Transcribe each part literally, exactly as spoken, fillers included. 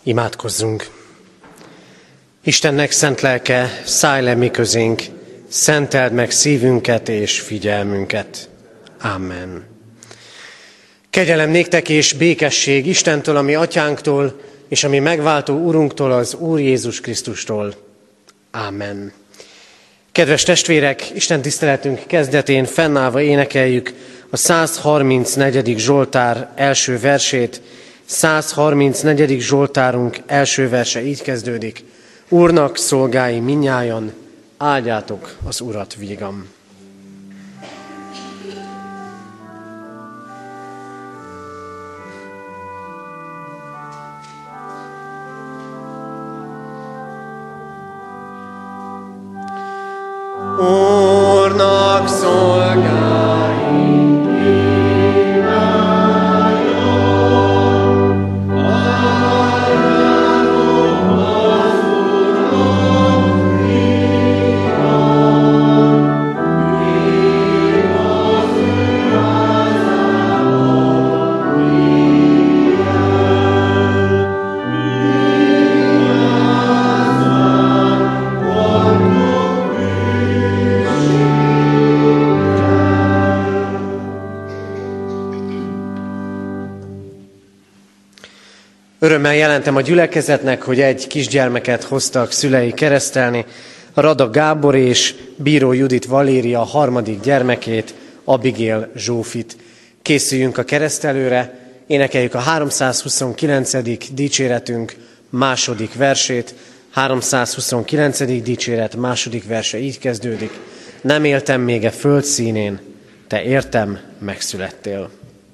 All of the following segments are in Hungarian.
Imádkozzunk! Istennek szent lelke, szállj le mi közénk, szenteld meg szívünket és figyelmünket. Amen. Kegyelem néktek és békesség Istentől, ami atyánktól, és ami megváltó Urunktól, az Úr Jézus Krisztustól. Amen. Kedves testvérek, Isten tiszteletünk kezdetén fennállva énekeljük a száz harmincnegyedik Zsoltár első versét. száz harmincnegyedik Zsoltárunk első verse így kezdődik. Úrnak szolgái minnyájan, áldjátok az Urat vígan. Úrnak szolgái Örömmel jelentem a gyülekezetnek, hogy egy kisgyermeket hoztak szülei keresztelni, Rada Gábor és Bíró Judit Valéria harmadik gyermekét, Abigail Zsófit. Készüljünk a keresztelőre, énekeljük a háromszázhuszonkilencedik dicséretünk második versét. háromszázhuszonkilencedik dicséret második verse így kezdődik. Nem éltem még a föld színén, te értem megszülettél.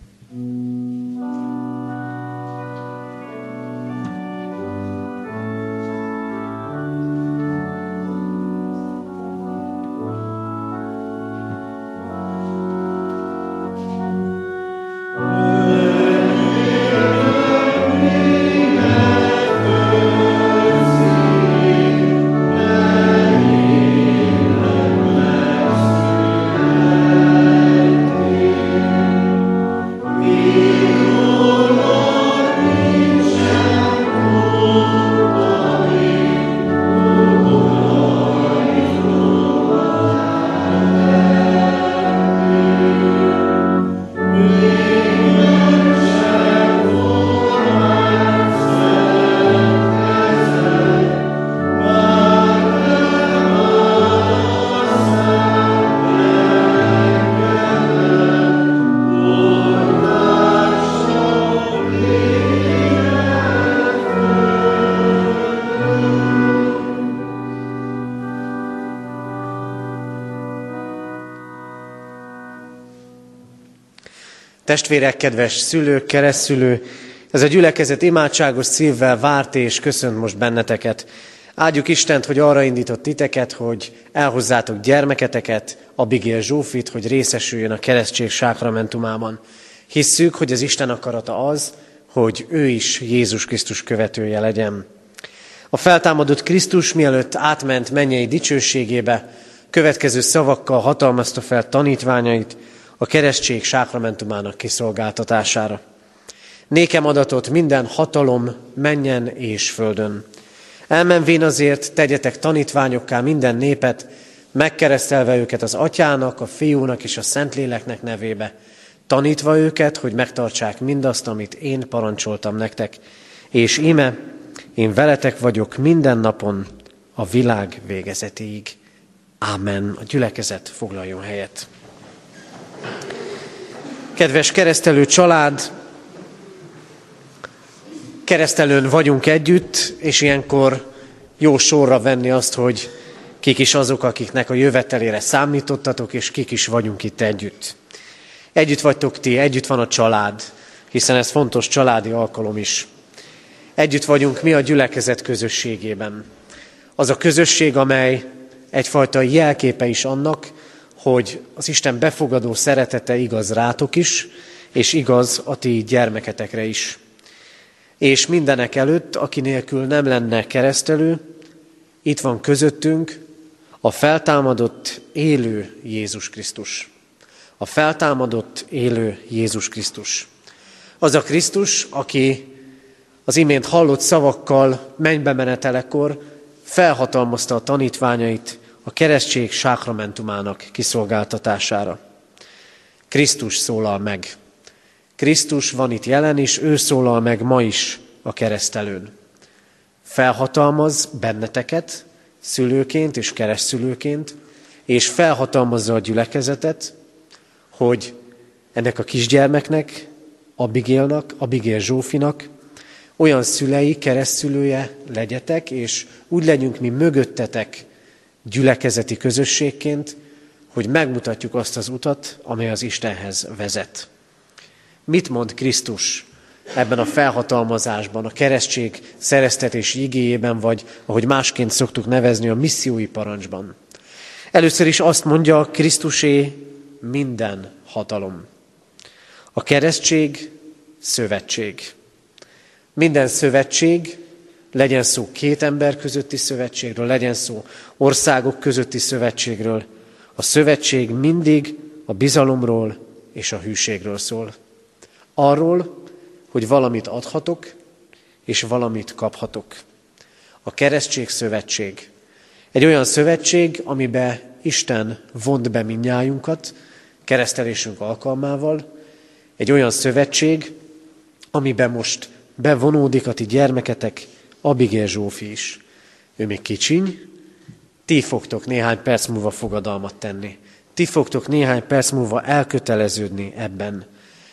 Testvérek, kedves szülők, keresztszülő, ez a gyülekezet imádságos szívvel várt és köszönt most benneteket. Áldjuk Istent, hogy arra indított titeket, hogy elhozzátok gyermeketeket, Abigail Zsófit, hogy részesüljön a keresztség sákramentumában. Hisszük, hogy az Isten akarata az, hogy ő is Jézus Krisztus követője legyen. A feltámadott Krisztus mielőtt átment mennyei dicsőségébe, következő szavakkal hatalmazta fel tanítványait a keresztség sákramentumának kiszolgáltatására. Nékem adatot minden hatalom mennyen és földön. Elmenvén azért tegyetek tanítványokká minden népet, megkeresztelve őket az Atyának, a Fiúnak és a Szentléleknek nevébe, tanítva őket, hogy megtartsák mindazt, amit én parancsoltam nektek. És íme, én veletek vagyok minden napon a világ végezetéig. Ámen. A gyülekezet foglaljon helyet. Kedves keresztelő család, keresztelőn vagyunk együtt, és ilyenkor jó sorra venni azt, hogy kik is azok, akiknek a jövetelére számítottatok, és kik is vagyunk itt együtt. Együtt vagytok ti, együtt van a család, hiszen ez fontos családi alkalom is. Együtt vagyunk mi a gyülekezet közösségében. Az a közösség, amely egyfajta jelképe is annak, hogy az Isten befogadó szeretete igaz rátok is, és igaz a ti gyermeketekre is. És mindenek előtt, aki nélkül nem lenne keresztelő, itt van közöttünk a feltámadott, élő Jézus Krisztus. A feltámadott, élő Jézus Krisztus. Az a Krisztus, aki az imént hallott szavakkal mennybe menetelekor felhatalmazta a tanítványait a keresztség sákramentumának kiszolgáltatására. Krisztus szólal meg. Krisztus van itt jelen, és ő szólal meg ma is a keresztelőn. Felhatalmaz benneteket, szülőként és keresztszülőként, és felhatalmazza a gyülekezetet, hogy ennek a kisgyermeknek, Abigélnak, Abigél Zsófinak olyan szülei, keresztszülője legyetek, és úgy legyünk mi mögöttetek gyülekezeti közösségként, hogy megmutatjuk azt az utat, amely az Istenhez vezet. Mit mond Krisztus ebben a felhatalmazásban, a keresztség szereztetés igéjében, vagy ahogy másként szoktuk nevezni, a missziói parancsban? Először is azt mondja, Krisztusé minden hatalom. A keresztség szövetség. Minden szövetség, legyen szó két ember közötti szövetségről, legyen szó országok közötti szövetségről, a szövetség mindig a bizalomról és a hűségről szól. Arról, hogy valamit adhatok, és valamit kaphatok. A keresztség szövetség. Egy olyan szövetség, amiben Isten vont be mindnyájunkat keresztelésünk alkalmával. Egy olyan szövetség, amiben most bevonódik a ti gyermeketek, Abigél Zsófi is. Ő még kicsiny, ti fogtok néhány perc múlva fogadalmat tenni. Ti fogtok néhány perc múlva elköteleződni ebben.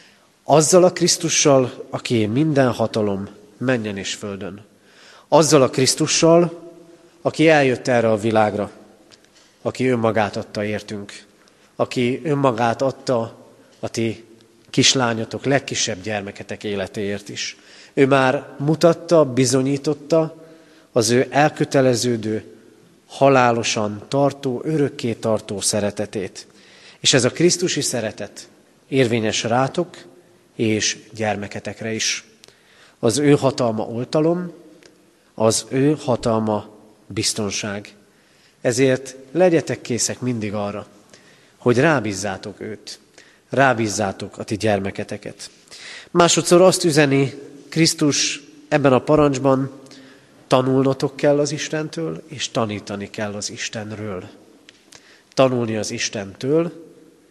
Azzal a Krisztussal, aki minden hatalom mennyen és földön. Azzal a Krisztussal, aki eljött erre a világra, aki önmagát adta értünk, aki önmagát adta a ti kislányotok, legkisebb gyermeketek életéért is. Ő már mutatta, bizonyította az ő elköteleződő, halálosan tartó, örökké tartó szeretetét. És ez a krisztusi szeretet érvényes rátok és gyermeketekre is. Az ő hatalma oltalom, az ő hatalma biztonság. Ezért legyetek készek mindig arra, hogy rábízzátok őt, rábízzátok a ti gyermeketeket. Másodszor azt üzeni Krisztus ebben a parancsban, tanulnotok kell az Istentől, és tanítani kell az Istenről. Tanulni az Istentől,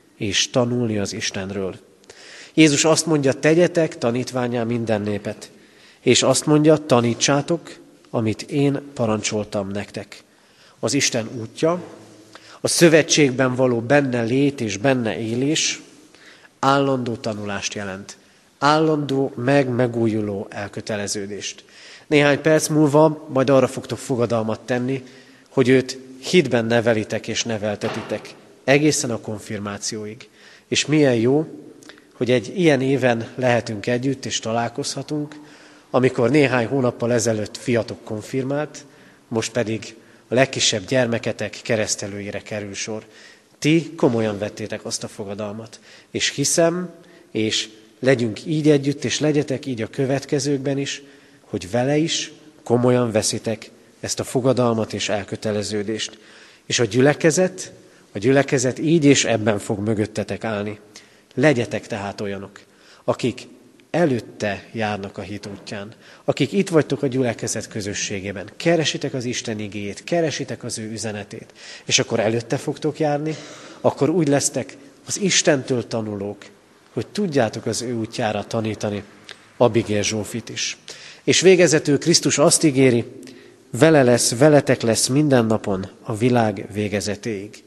és tanulni az Istenről. Jézus azt mondja, tegyetek tanítvánnyá minden népet, és azt mondja, tanítsátok, amit én parancsoltam nektek. Az Isten útja, a szövetségben való benne lét és benne élés állandó tanulást jelent. Állandó, meg megújuló elköteleződést. Néhány perc múlva majd arra fogtok fogadalmat tenni, hogy őt hitben nevelitek és neveltetitek, egészen a konfirmációig. És milyen jó, hogy egy ilyen éven lehetünk együtt és találkozhatunk, amikor néhány hónappal ezelőtt fiatok konfirmált, most pedig a legkisebb gyermeketek keresztelőjére kerül sor. Ti komolyan vettétek azt a fogadalmat, és hiszem, és legyünk így együtt, és legyetek így a következőkben is, hogy vele is komolyan veszitek ezt a fogadalmat és elköteleződést. És a gyülekezet, a gyülekezet így és ebben fog mögöttetek állni. Legyetek tehát olyanok, akik előtte járnak a hit útján, akik itt vagytok a gyülekezet közösségében, keresitek az Isten igéjét, keresitek az ő üzenetét, és akkor előtte fogtok járni, akkor úgy lesztek az Istentől tanulók, hogy tudjátok az ő útjára tanítani Abigél Zsófit is. És végezetül Krisztus azt ígéri, vele lesz, veletek lesz minden napon a világ végezetéig.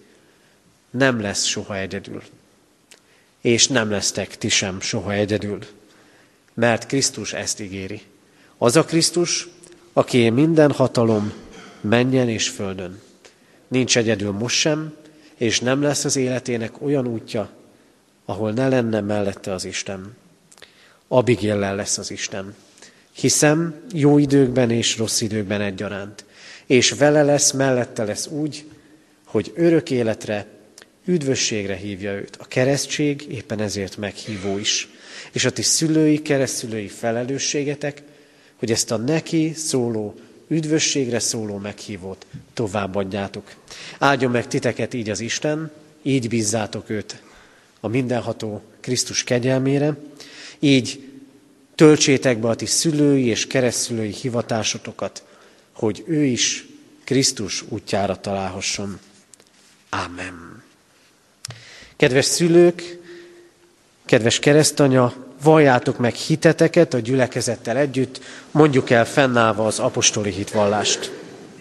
Nem lesz soha egyedül. És nem lesztek ti sem soha egyedül. Mert Krisztus ezt ígéri. Az a Krisztus, aki minden hatalom mennyen és földön. Nincs egyedül most sem, és nem lesz az életének olyan útja, ahol ne lenne mellette az Isten. Abigéllel lesz az Isten. Hiszem, jó időkben és rossz időkben egyaránt. És vele lesz, mellette lesz úgy, hogy örök életre, üdvösségre hívja őt. A keresztség éppen ezért meghívó is. És a ti szülői, keresztszülői felelősségetek, hogy ezt a neki szóló, üdvösségre szóló meghívót továbbadjátok. Áldjon meg titeket így az Isten, így bízzátok őt a mindenható Krisztus kegyelmére, így töltsétek be a ti szülői és keresztszülői hivatásotokat, hogy ő is Krisztus útjára találhasson. Ámen. Kedves szülők, kedves keresztanya, valljátok meg hiteteket a gyülekezettel együtt, mondjuk el fennállva az apostoli hitvallást.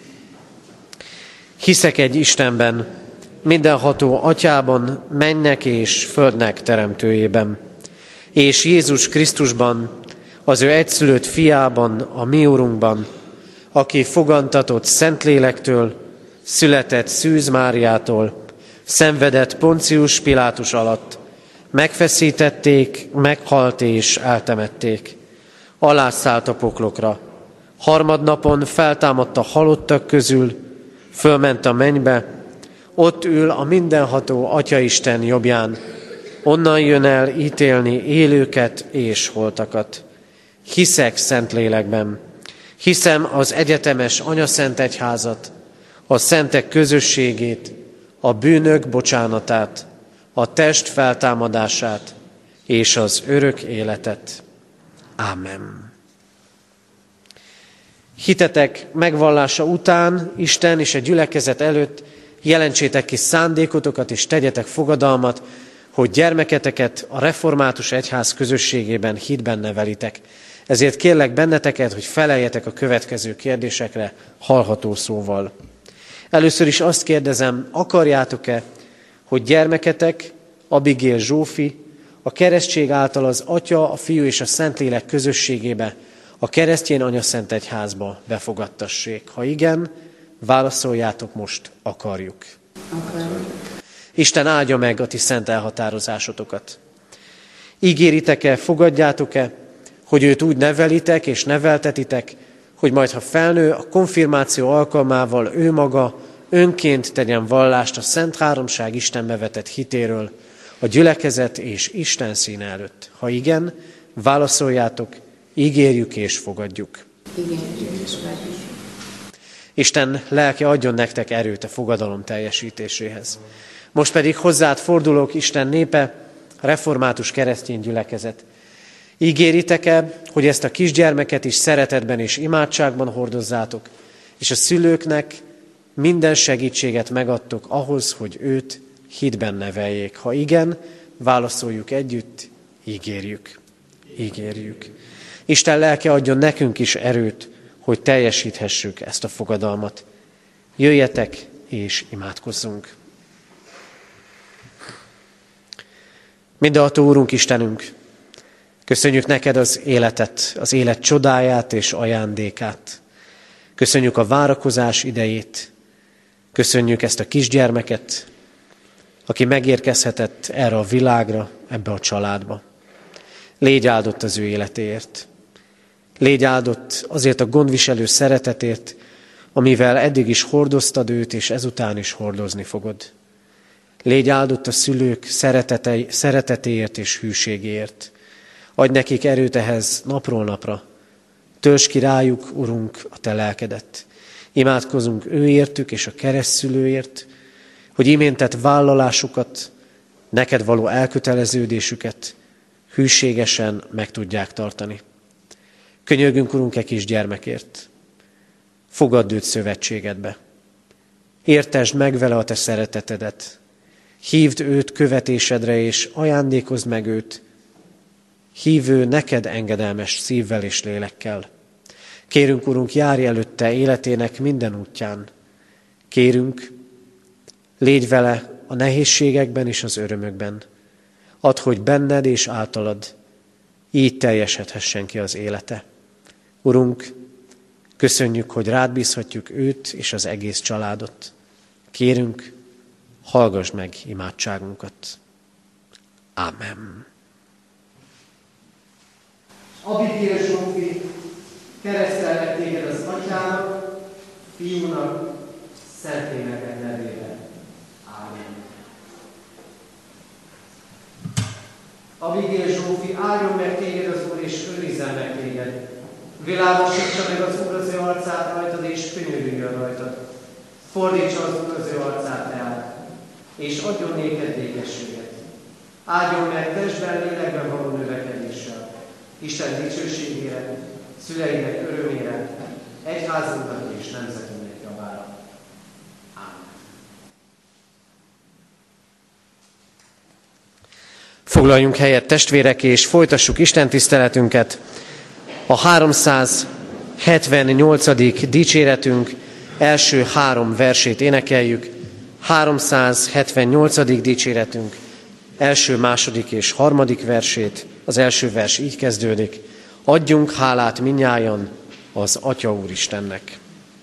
Hiszek egy Istenben, mindenható Atyában, mennek és földnek teremtőjében, és Jézus Krisztusban, az ő egyszülött fiában, a mi Urunkban, aki fogantatott Szentlélektől, született Szűz Máriától, szenvedett Poncius Pilátus alatt, megfeszítették, meghalt és eltemették. Alászállt a poklokra. Harmadnapon feltámadt a halottak közül, fölment a mennybe, ott ül a mindenható Atyaisten jobbján, onnan jön el ítélni élőket és holtakat. Hiszek Szentlélekben, hiszem az egyetemes Anyaszent Egyházat, a szentek közösségét, a bűnök bocsánatát, a test feltámadását és az örök életet. Ámen. Hitetek megvallása után Isten és a gyülekezet előtt jelentsétek ki szándékotokat és tegyetek fogadalmat, hogy gyermeketeket a református egyház közösségében hitben nevelitek. Ezért kérlek benneteket, hogy feleljetek a következő kérdésekre hallható szóval. Először is azt kérdezem, akarjátok-e, hogy gyermeketek, Abigail Zsófi, a keresztség által az Atya, a Fiú és a Szentlélek közösségébe, a keresztény Anyaszent Egyházba befogadtassék? Ha igen, válaszoljátok most, akarjuk. Akarjuk. Isten áldja meg a ti szent elhatározásotokat. Ígéritek-e, fogadjátok-e, hogy őt úgy nevelitek és neveltetitek, hogy majd, ha felnő, a konfirmáció alkalmával ő maga önként tegyen vallást a Szent Háromság Istenbe vetett hitéről, a gyülekezet és Isten színe előtt? Ha igen, válaszoljátok, ígérjük és fogadjuk. Ígérjük és fogadjuk. Isten lelke adjon nektek erőt a fogadalom teljesítéséhez. Most pedig hozzád fordulok, Isten népe, református keresztény gyülekezet. Ígéritek-e, hogy ezt a kisgyermeket is szeretetben és imádságban hordozzátok, és a szülőknek minden segítséget megadtok ahhoz, hogy őt hitben neveljék? Ha igen, válaszoljuk együtt, ígérjük. Ígérjük. Isten lelke adjon nekünk is erőt, hogy teljesíthessük ezt a fogadalmat. Jöjjetek és imádkozzunk. Mindenható Úrunk, Istenünk, köszönjük neked az életet, az élet csodáját és ajándékát. Köszönjük a várakozás idejét. Köszönjük ezt a kisgyermeket, aki megérkezhetett erre a világra, ebbe a családba. Légy áldott az ő életéért. Légy áldott azért a gondviselő szeretetért, amivel eddig is hordoztad őt, és ezután is hordozni fogod. Légy áldott a szülők szeretetéért és hűségéért. Adj nekik erőt ehhez napról napra. Töltsd ki rájuk, Urunk, a te lelkedet. Imádkozunk őértük és a keresztszülőért, hogy iméntett vállalásukat, neked való elköteleződésüket hűségesen meg tudják tartani. Könyörgünk, Urunk, e kis gyermekért. Fogadd őt szövetségedbe. Értesd meg vele a te szeretetedet. Hívd őt követésedre, és ajándékozd meg őt hívő, neked engedelmes szívvel és lélekkel. Kérünk, Urunk, járj előtte életének minden útján. Kérünk, légy vele a nehézségekben és az örömökben. Add, hogy benned és általad így teljesedhessen ki az élete. Urunk, köszönjük, hogy rád bízhatjuk őt és az egész családot. Kérünk, hallgass meg imádságunkat. Ámen. Abigail Zsófi, keresztellek téged az Atyának, Fiúnak, Szentlélek nevében. Ámen. Abigail Zsófi, áldjon meg téged az Úr, és őrizzen meg téged. Világosítsa meg az Úr az ő arcát rajtad, és könyörüljön rajtad. Fordítsa az Úr az ő arcát reád, és adjon néked békességet. Áldjon meg testben, lélekben való növekedéssel. Isten dicsőségére, szüleinek örömére, egyházunknak és nemzetünknek javára. Ámen. Foglaljunk helyet, testvérek, és folytassuk Isten tiszteletünket. A háromszázhetvennyolcadik dicséretünk első három versét énekeljük. háromszázhetvennyolcadik dicséretünk első, második és harmadik versét. Az első vers így kezdődik. Adjunk hálát mindnyájan az Atya Úristennek.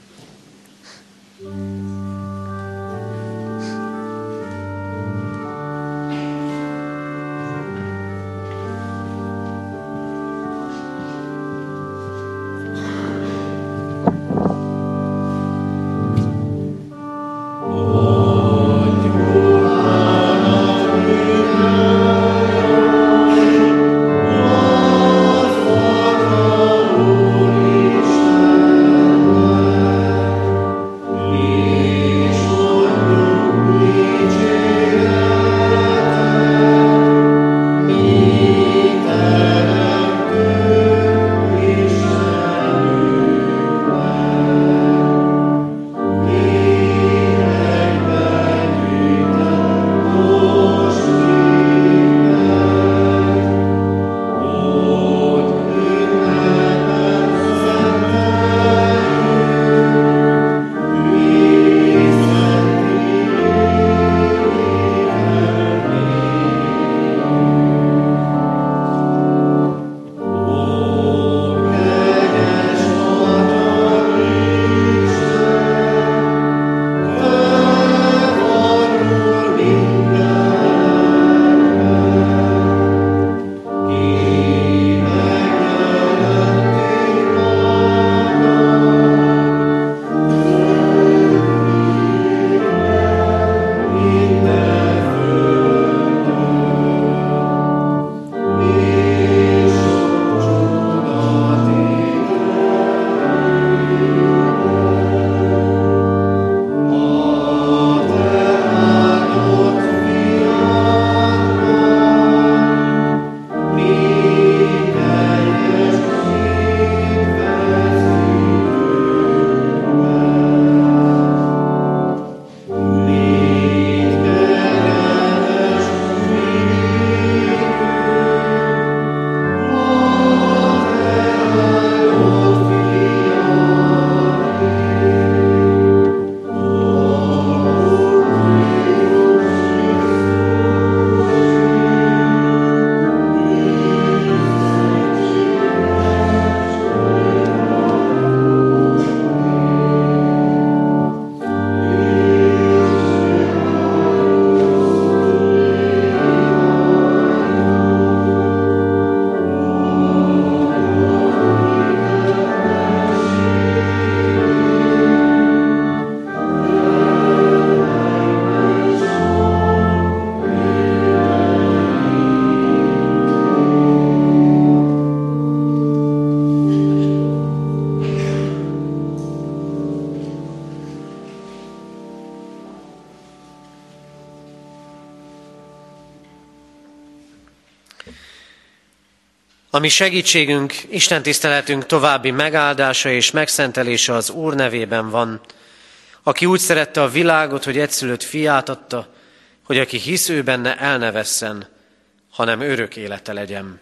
A mi segítségünk, Isten tiszteletünk további megáldása és megszentelése az Úr nevében van, aki úgy szerette a világot, hogy egyszülött fiát adta, hogy aki hisz ő benne, el ne vesszen, hanem örök élete legyen.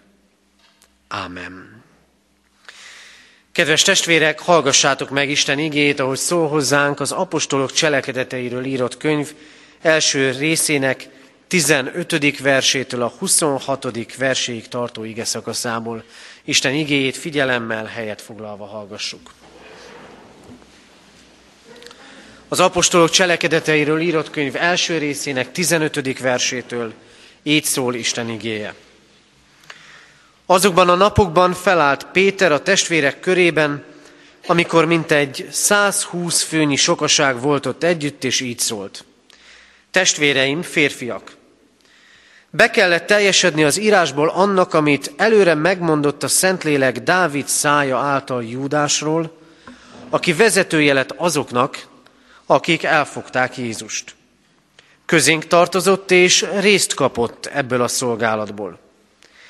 Ámen. Kedves testvérek, hallgassátok meg Isten igéjét, ahogy szól hozzánk az apostolok cselekedeteiről írott könyv első részének tizenötödik versétől a huszonhatodik verséig tartó ige szakaszából. Isten igéjét figyelemmel, helyet foglalva hallgassuk. Az apostolok cselekedeteiről írott könyv első részének tizenötödik versétől így szól Isten igéje. Azokban a napokban felállt Péter a testvérek körében, amikor mintegy százhúsz főnyi sokaság volt ott együtt, és így szólt. Testvéreim, férfiak, be kellett teljesedni az írásból annak, amit előre megmondott a Szentlélek Dávid szája által Júdásról, aki vezetője lett azoknak, akik elfogták Jézust. Közénk tartozott és részt kapott ebből a szolgálatból.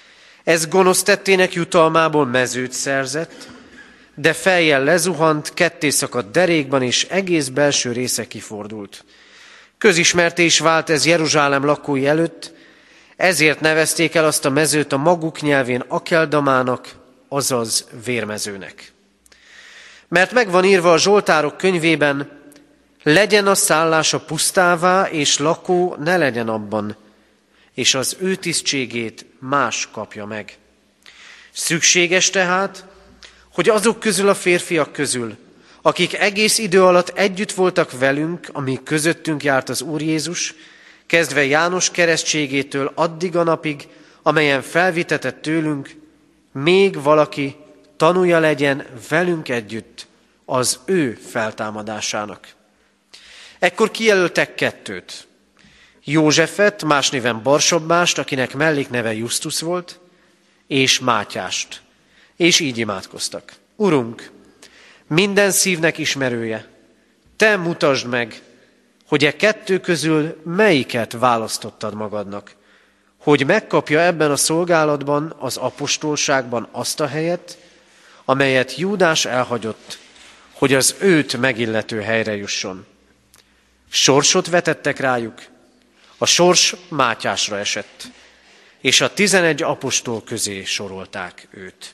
Ez gonosz tettének jutalmából mezőt szerzett, de fejjel lezuhant, ketté szakadt derékban, és egész belső része kifordult. Közismerté is vált ez Jeruzsálem lakói előtt, ezért nevezték el azt a mezőt a maguk nyelvén Akeldamának, azaz vérmezőnek. Mert megvan írva a Zsoltárok könyvében, legyen a szállása pusztává, és lakó ne legyen abban, és az ő tisztségét más kapja meg. Szükséges tehát, hogy azok közül a férfiak közül, akik egész idő alatt együtt voltak velünk, amíg közöttünk járt az Úr Jézus, kezdve János keresztségétől addig a napig, amelyen felvitetett tőlünk, még valaki tanúja legyen velünk együtt az ő feltámadásának. Ekkor kijelöltek kettőt. Józsefet, más néven Barsabbást, akinek mellékneve Justus volt, és Mátyást. És így imádkoztak. Urunk, minden szívnek ismerője, te mutasd meg, hogy e kettő közül melyiket választottad magadnak, hogy megkapja ebben a szolgálatban, az apostolságban azt a helyet, amelyet Júdás elhagyott, hogy az őt megillető helyre jusson. Sorsot vetettek rájuk, a sors Mátyásra esett, és a tizenegy apostol közé sorolták őt.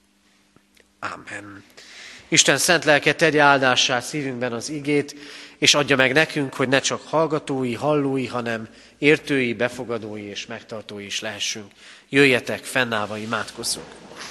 Amen. Isten szent lelke tegye áldássá szívünkben az igét, és adja meg nekünk, hogy ne csak hallgatói, hallói, hanem értői, befogadói és megtartói is lehessünk. Jöjjetek, fennállva imádkozzunk.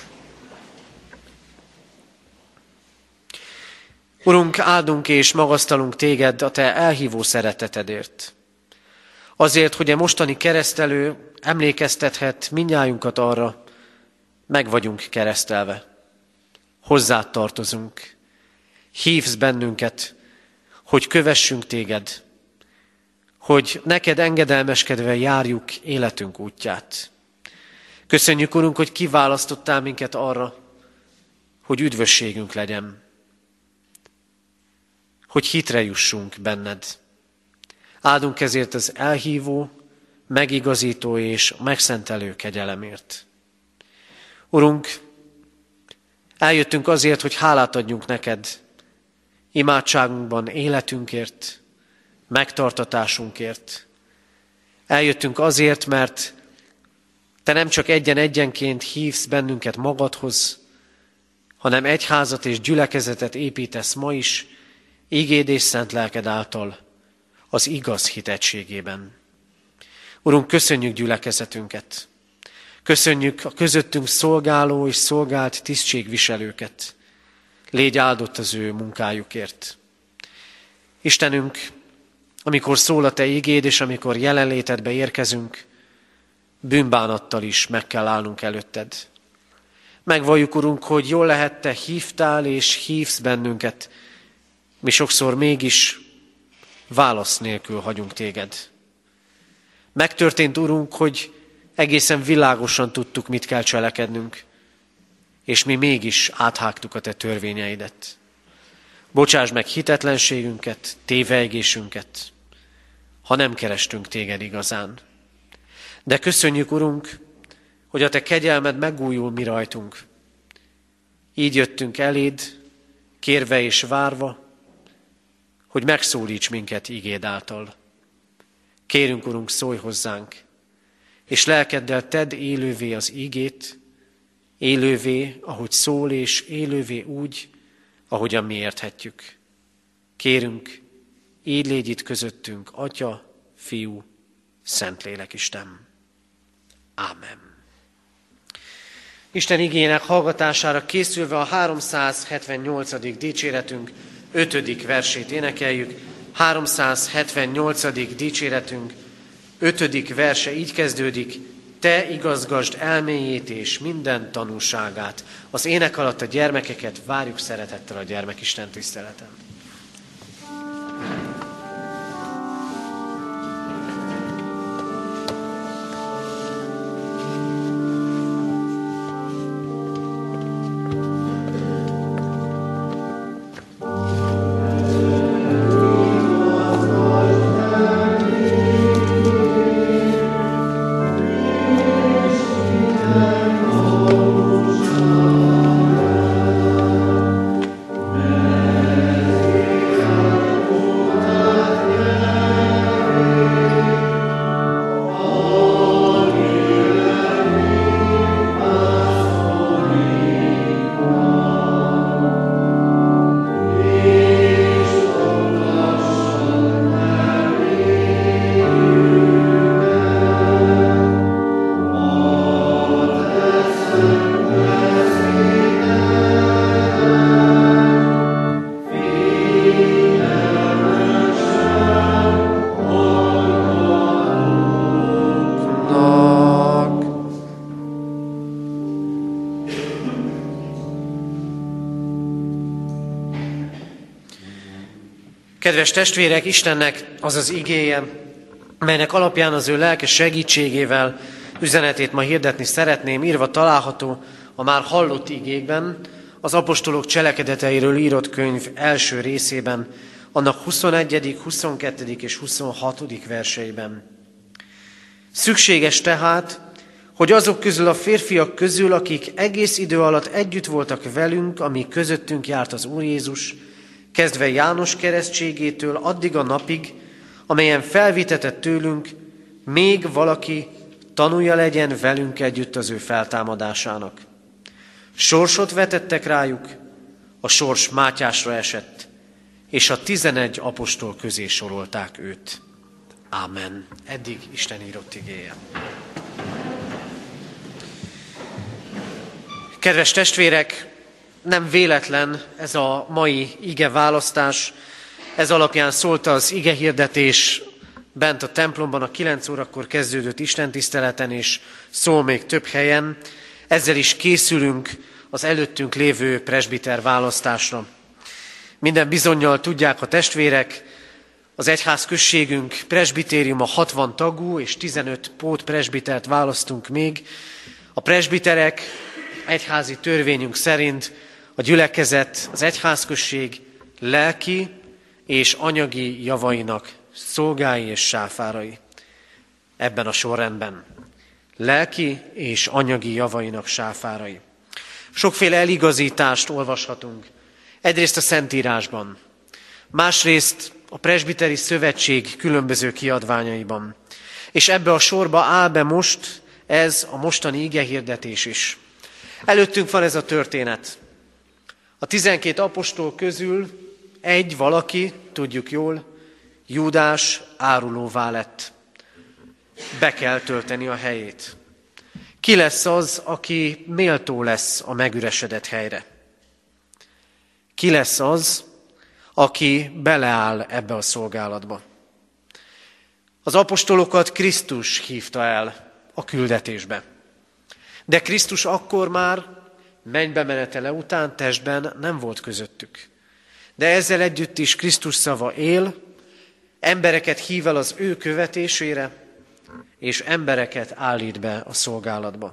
Urunk, áldunk és magasztalunk téged a te elhívó szeretetedért. Azért, hogy a mostani keresztelő emlékeztethet mindnyájunkat arra, meg vagyunk keresztelve. Hozzád tartozunk. Hívsz bennünket, hogy kövessünk téged, hogy neked engedelmeskedve járjuk életünk útját. Köszönjük, Urunk, hogy kiválasztottál minket arra, hogy üdvösségünk legyen, hogy hitre jussunk benned. Áldunk ezért az elhívó, megigazító és megszentelő kegyelemért. Urunk, eljöttünk azért, hogy hálát adjunk neked imádságunkban, életünkért, megtartatásunkért. Eljöttünk azért, mert te nem csak egyen-egyenként hívsz bennünket magadhoz, hanem egyházat és gyülekezetet építesz ma is, igéd és szent lelked által az igaz hit egységében. Urunk, köszönjük gyülekezetünket. Köszönjük a közöttünk szolgáló és szolgált tisztségviselőket. Légy áldott az ő munkájukért. Istenünk, amikor szól a te igéd, és amikor jelenlétedbe érkezünk, bűnbánattal is meg kell állnunk előtted. Megvalljuk, Urunk, hogy jól lehet, te hívtál és hívsz bennünket, mi sokszor mégis válasz nélkül hagyunk téged. Megtörtént, Urunk, hogy egészen világosan tudtuk, mit kell cselekednünk, és mi mégis áthágtuk a te törvényeidet. Bocsáss meg hitetlenségünket, tévejgésünket, ha nem kerestünk téged igazán. De köszönjük, Urunk, hogy a te kegyelmed megújul mi rajtunk. Így jöttünk eléd, kérve és várva, hogy megszólíts minket igéd által. Kérünk, Urunk, szólj hozzánk, és lelkeddel tedd élővé az igét, élővé, ahogy szól, és élővé úgy, ahogyan mi érthetjük. Kérünk, így légy itt közöttünk, Atya, Fiú, Szentlélek Isten. Ámen. Isten igének hallgatására készülve a háromszázhetvennyolcadik dicséretünk ötödik versét énekeljük. háromszázhetvennyolcadik dicséretünk ötödik verse így kezdődik: te igazgasd elméjét és minden tanúságát. Az ének alatt a gyermekeket várjuk szeretettel a gyermekisten tiszteleten. Oh Kedves testvérek, Istennek az az igéje, melynek alapján az ő lelke segítségével üzenetét ma hirdetni szeretném, írva található a már hallott igékben, az apostolok cselekedeteiről írott könyv első részében, annak huszonegyedik, huszonkettedik és huszonhatodik verseiben. Szükséges tehát, hogy azok közül a férfiak közül, akik egész idő alatt együtt voltak velünk, amíg közöttünk járt az Úr Jézus, kezdve János keresztségétől addig a napig, amelyen felvitetett tőlünk, még valaki tanúja legyen velünk együtt az ő feltámadásának. Sorsot vetettek rájuk, a sors Mátyásra esett, és a tizenegy apostol közé sorolták őt. Ámen. Eddig Isten írott igéje. Kedves testvérek, nem véletlen ez a mai ige választás, ez alapján szólt az ige hirdetés bent a templomban a kilenc órakor kezdődött istentiszteleten, és szól még több helyen. Ezzel is készülünk az előttünk lévő presbiter választásra. Minden bizonnyal tudják a testvérek, az egyházközségünk presbitériuma hatvan tagú, és tizenöt pót presbitert választunk még. A presbiterek egyházi törvényünk szerint a gyülekezet, az egyházközség lelki és anyagi javainak szolgái és sáfárai. Ebben a sorrendben. Lelki és anyagi javainak sáfárai. Sokféle eligazítást olvashatunk. Egyrészt a Szentírásban, másrészt a presbiteri szövetség különböző kiadványaiban. És ebbe a sorba áll be most ez a mostani igehirdetés is. Előttünk van ez a történet. A tizenkét apostol közül egy valaki, tudjuk jól, Júdás árulóvá lett. Be kell tölteni a helyét. Ki lesz az, aki méltó lesz a megüresedett helyre? Ki lesz az, aki beleáll ebbe a szolgálatba? Az apostolokat Krisztus hívta el a küldetésbe. De Krisztus akkor már mennybe menetele után testben nem volt közöttük. De ezzel együtt is Krisztus szava él, embereket hív el az ő követésére, és embereket állít be a szolgálatba.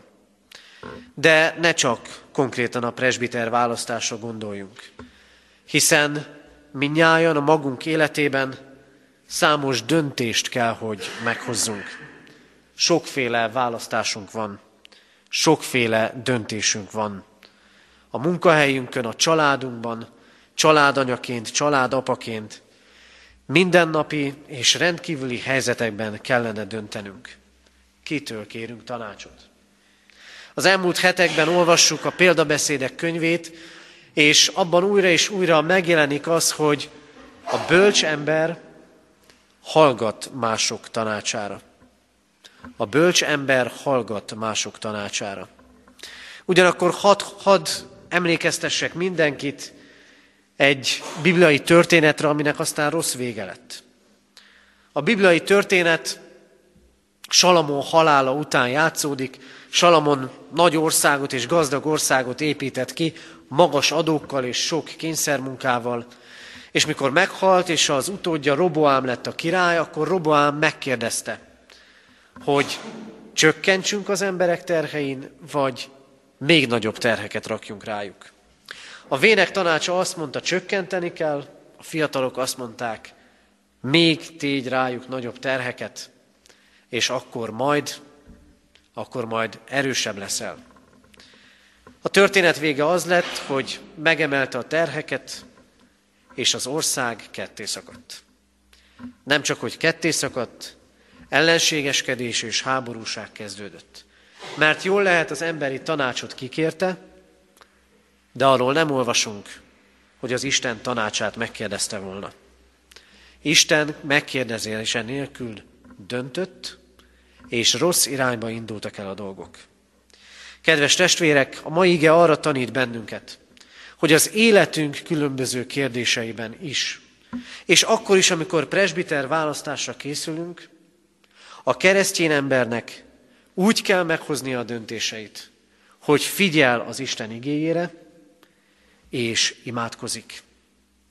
De ne csak konkrétan a presbiter választásra gondoljunk, hiszen mindnyájan a magunk életében számos döntést kell, hogy meghozzunk. Sokféle választásunk van, sokféle döntésünk van. A munkahelyünkön, a családunkban, családanyaként, családapaként, mindennapi és rendkívüli helyzetekben kellene döntenünk. Kitől kérünk tanácsot? Az elmúlt hetekben olvassuk a példabeszédek könyvét, és abban újra és újra megjelenik az, hogy a bölcs ember hallgat mások tanácsára. A bölcs ember hallgat mások tanácsára. Ugyanakkor hadd had emlékeztessek mindenkit egy bibliai történetre, aminek aztán rossz vége lett. A bibliai történet Salamon halála után játszódik. Salamon nagy országot és gazdag országot épített ki, magas adókkal és sok kényszermunkával. És mikor meghalt, és az utódja Roboám lett a király, akkor Roboám megkérdezte, hogy csökkentsünk az emberek terhein, vagy még nagyobb terheket rakjunk rájuk. A vének tanácsa azt mondta, csökkenteni kell, a fiatalok azt mondták, még tégy rájuk nagyobb terheket, és akkor majd, akkor majd erősebb leszel. A történet vége az lett, hogy megemelte a terheket, és az ország ketté szakadt. Nem csak, hogy ketté szakadt, ellenségeskedés és háborúság kezdődött. Mert jól lehet, az emberi tanácsot kikérte, de arról nem olvasunk, hogy az Isten tanácsát megkérdezte volna. Isten megkérdezése nélkül döntött, és rossz irányba indultak el a dolgok. Kedves testvérek, a mai ige arra tanít bennünket, hogy az életünk különböző kérdéseiben is, és akkor is, amikor presbiter választásra készülünk, a keresztény embernek úgy kell meghoznia a döntéseit, hogy figyel az Isten igéjére, és imádkozik.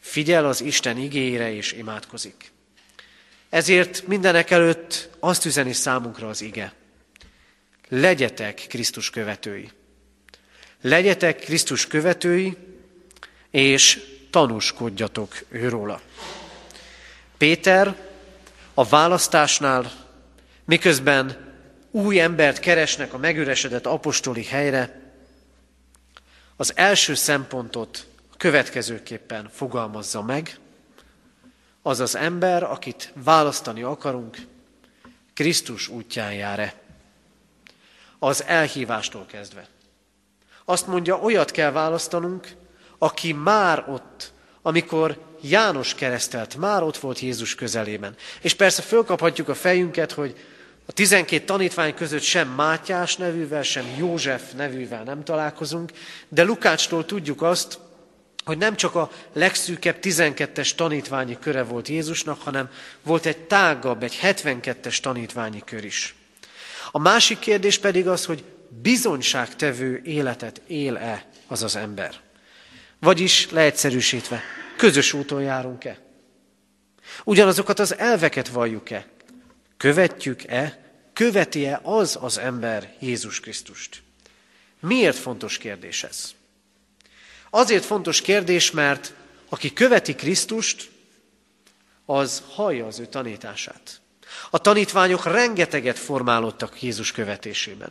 Figyel az Isten igéjére és imádkozik. Ezért mindenek előtt azt üzeni számunkra az ige. Legyetek Krisztus követői. Legyetek Krisztus követői, és tanúskodjatok őróla. Péter a választásnál, miközben új embert keresnek a megüresedett apostoli helyre, az első szempontot a következőképpen fogalmazza meg: az az ember, akit választani akarunk, Krisztus útján jár-e. Az elhívástól kezdve. Azt mondja, olyat kell választanunk, aki már ott, amikor János keresztelt, már ott volt Jézus közelében. És persze fölkaphatjuk a fejünket, hogy a tizenkét tanítvány között sem Mátyás nevűvel, sem József nevűvel nem találkozunk, de Lukácstól tudjuk azt, hogy nem csak a legszűkebb tizenkettes tanítványi köre volt Jézusnak, hanem volt egy tágabb, egy hetvenkettes tanítványi kör is. A másik kérdés pedig az, hogy bizonyságtevő életet él-e az az ember. Vagyis leegyszerűsítve, közös úton járunk-e? Ugyanazokat az elveket valljuk-e? Követjük-e? Követi-e az az ember Jézus Krisztust? Miért fontos kérdés ez? Azért fontos kérdés, mert aki követi Krisztust, az hallja az ő tanítását. A tanítványok rengeteget formálódtak Jézus követésében.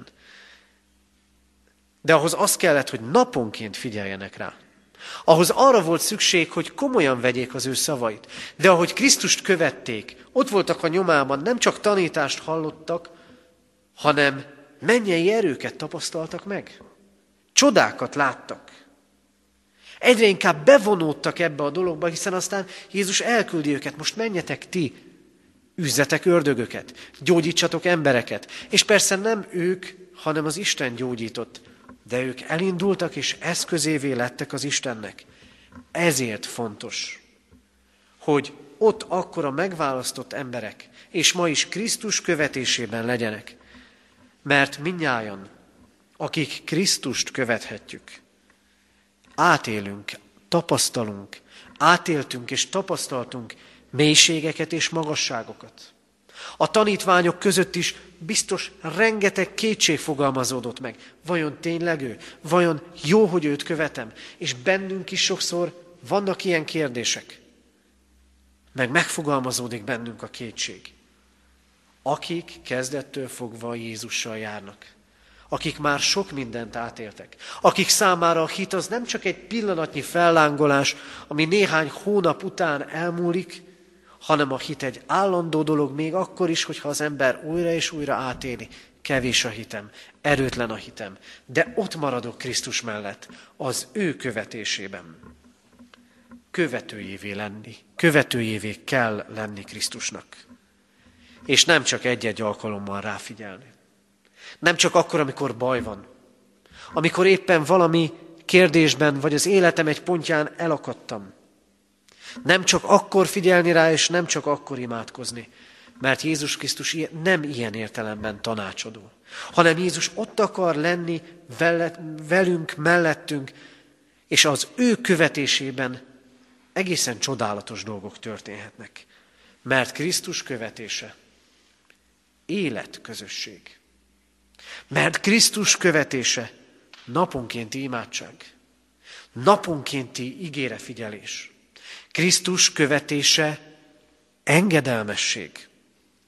De ahhoz az kellett, hogy naponként figyeljenek rá. Ahhoz arra volt szükség, hogy komolyan vegyék az ő szavait. De ahogy Krisztust követték, ott voltak a nyomában, nem csak tanítást hallottak, hanem mennyei erőket tapasztaltak meg. Csodákat láttak. Egyre inkább bevonódtak ebbe a dologba, hiszen aztán Jézus elküldi őket, most menjetek ti, üzzetek ördögöket, gyógyítsatok embereket. És persze nem ők, hanem az Isten gyógyított, de ők elindultak és eszközévé lettek az Istennek. Ezért fontos, hogy ott akkor a megválasztott emberek, és ma is Krisztus követésében legyenek, mert mindnyájan, akik Krisztust követhetjük, átélünk, tapasztalunk, átéltünk és tapasztaltunk mélységeket és magasságokat. A tanítványok között is biztos rengeteg kétség fogalmazódott meg. Vajon tényleg ő? Vajon jó, hogy őt követem? És bennünk is sokszor vannak ilyen kérdések. Meg megfogalmazódik bennünk a kétség. Akik kezdettől fogva Jézussal járnak. Akik már sok mindent átéltek. Akik számára a hit az nem csak egy pillanatnyi fellángolás, ami néhány hónap után elmúlik, hanem a hit egy állandó dolog még akkor is, hogyha az ember újra és újra átéli. Kevés a hitem, erőtlen a hitem, de ott maradok Krisztus mellett, az ő követésében. Követőjévé lenni, követőjévé kell lenni Krisztusnak. És nem csak egy-egy alkalommal ráfigyelni. Nem csak akkor, amikor baj van. Amikor éppen valami kérdésben, vagy az életem egy pontján elakadtam. Nem csak akkor figyelni rá, és nem csak akkor imádkozni. Mert Jézus Krisztus nem ilyen értelemben tanácsadó. Hanem Jézus ott akar lenni velünk, mellettünk, és az ő követésében egészen csodálatos dolgok történhetnek. Mert Krisztus követése életközösség. Mert Krisztus követése naponkénti imádság, naponkénti igére figyelés. Krisztus követése engedelmesség.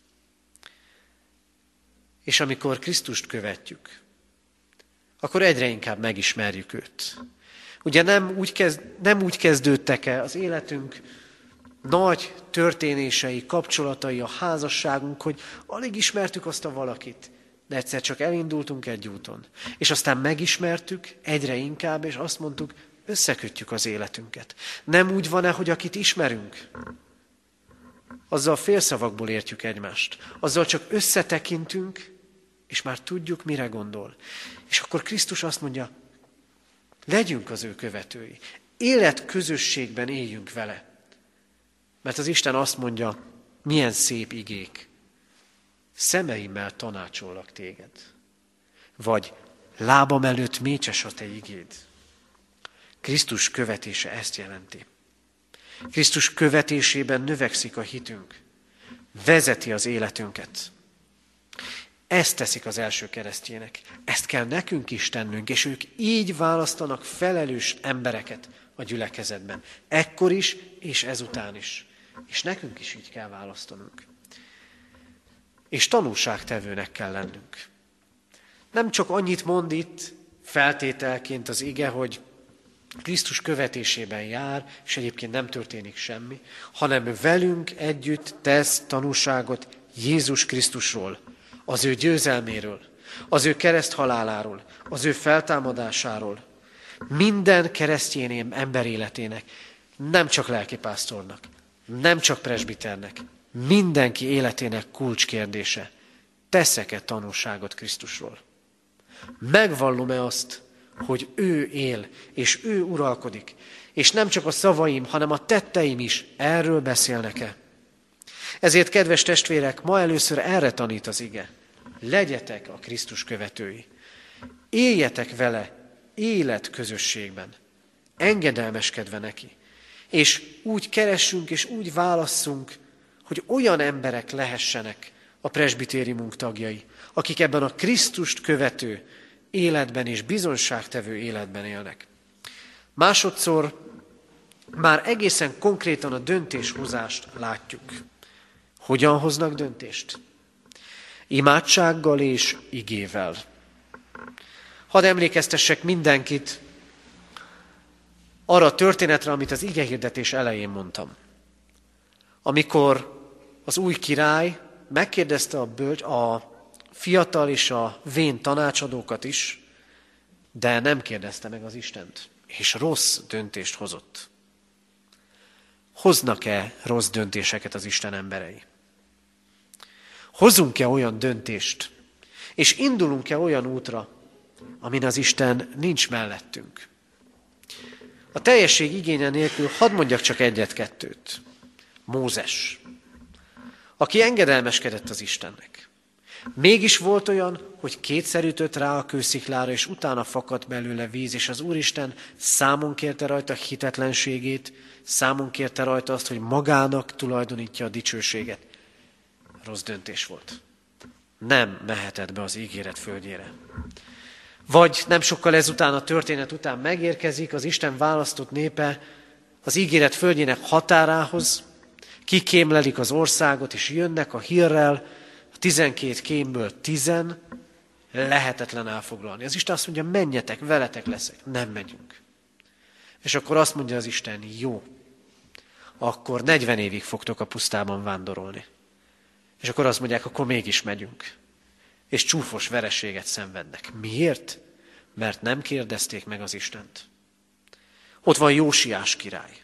És amikor Krisztust követjük, akkor egyre inkább megismerjük őt. Ugye nem úgy, kezd, nem úgy kezdődtek el az életünk nagy történései, kapcsolatai, a házasságunk, hogy alig ismertük azt a valakit, de egyszer csak elindultunk egy úton. És aztán megismertük egyre inkább, és azt mondtuk, összekötjük az életünket. Nem úgy van-e, hogy akit ismerünk, azzal félszavakból értjük egymást. Azzal csak összetekintünk, és már tudjuk, mire gondol. És akkor Krisztus azt mondja, legyünk az ő követői. Életközösségben éljünk vele. Mert az Isten azt mondja, milyen szép igék. Szemeimmel tanácsollak téged. Vagy lábam előtt mécses a te igéd. Krisztus követése ezt jelenti. Krisztus követésében növekszik a hitünk, vezeti az életünket. Ezt teszik az első keresztjének. Ezt kell nekünk is tennünk, és ők így választanak felelős embereket a gyülekezetben. Ekkor is, és ezután is. És nekünk is így kell választanunk. És tanúságtevőnek kell lennünk. Nem csak annyit mond itt feltételként az ige, hogy Krisztus követésében jár, és egyébként nem történik semmi, hanem velünk együtt tesz tanúságot Jézus Krisztusról, az ő győzelméről, az ő kereszthaláláról, az ő feltámadásáról. Minden keresztény ember életének, nem csak lelkipásztornak, nem csak presbiternek, mindenki életének kulcskérdése. Teszek-e tanúságot Krisztusról? Megvallom-e azt, hogy ő él, és ő uralkodik, és nem csak a szavaim, hanem a tetteim is erről beszélnek-e? Ezért, kedves testvérek, ma először erre tanít az ige. Legyetek a Krisztus követői. Éljetek vele életközösségben, engedelmeskedve neki. És úgy keressünk, és úgy válasszunk, hogy olyan emberek lehessenek a presbitériumunk tagjai, akik ebben a Krisztust követő életben és bizonságtevő életben élnek. Másodszor már egészen konkrétan a döntéshozást látjuk. Hogyan hoznak döntést? Imádsággal és igével. Hadd emlékeztessek mindenkit arra a történetre, amit az igehirdetés elején mondtam. Amikor az új király megkérdezte a, bölcs, a fiatal és a vén tanácsadókat is, de nem kérdezte meg az Istent, és rossz döntést hozott. Hoznak-e rossz döntéseket az Isten emberei? Hozzunk-e olyan döntést, és indulunk-e olyan útra, amin az Isten nincs mellettünk? A teljesség igénye nélkül hadd mondjak csak egyet-kettőt. Mózes, aki engedelmeskedett az Istennek. Mégis volt olyan, hogy kétszer ütött rá a kősziklára, és utána fakadt belőle víz, és az Úristen számon kérte rajta hitetlenségét, számon kérte rajta azt, hogy magának tulajdonítja a dicsőséget. Rossz döntés volt. Nem mehetett be az ígéret földjére. Vagy nem sokkal ezután, a történet után megérkezik az Isten választott népe az ígéret földjének határához, kikémlelik az országot, és jönnek a hírrel, a tizenkét kémből tizen, lehetetlen elfoglalni. Az Isten azt mondja, menjetek, veletek leszek. Nem megyünk. És akkor azt mondja az Isten, jó, akkor negyven évig fogtok a pusztában vándorolni. És akkor azt mondják, akkor mégis megyünk. És csúfos vereséget szenvednek. Miért? Mert nem kérdezték meg az Istent. Ott van Jósiás király.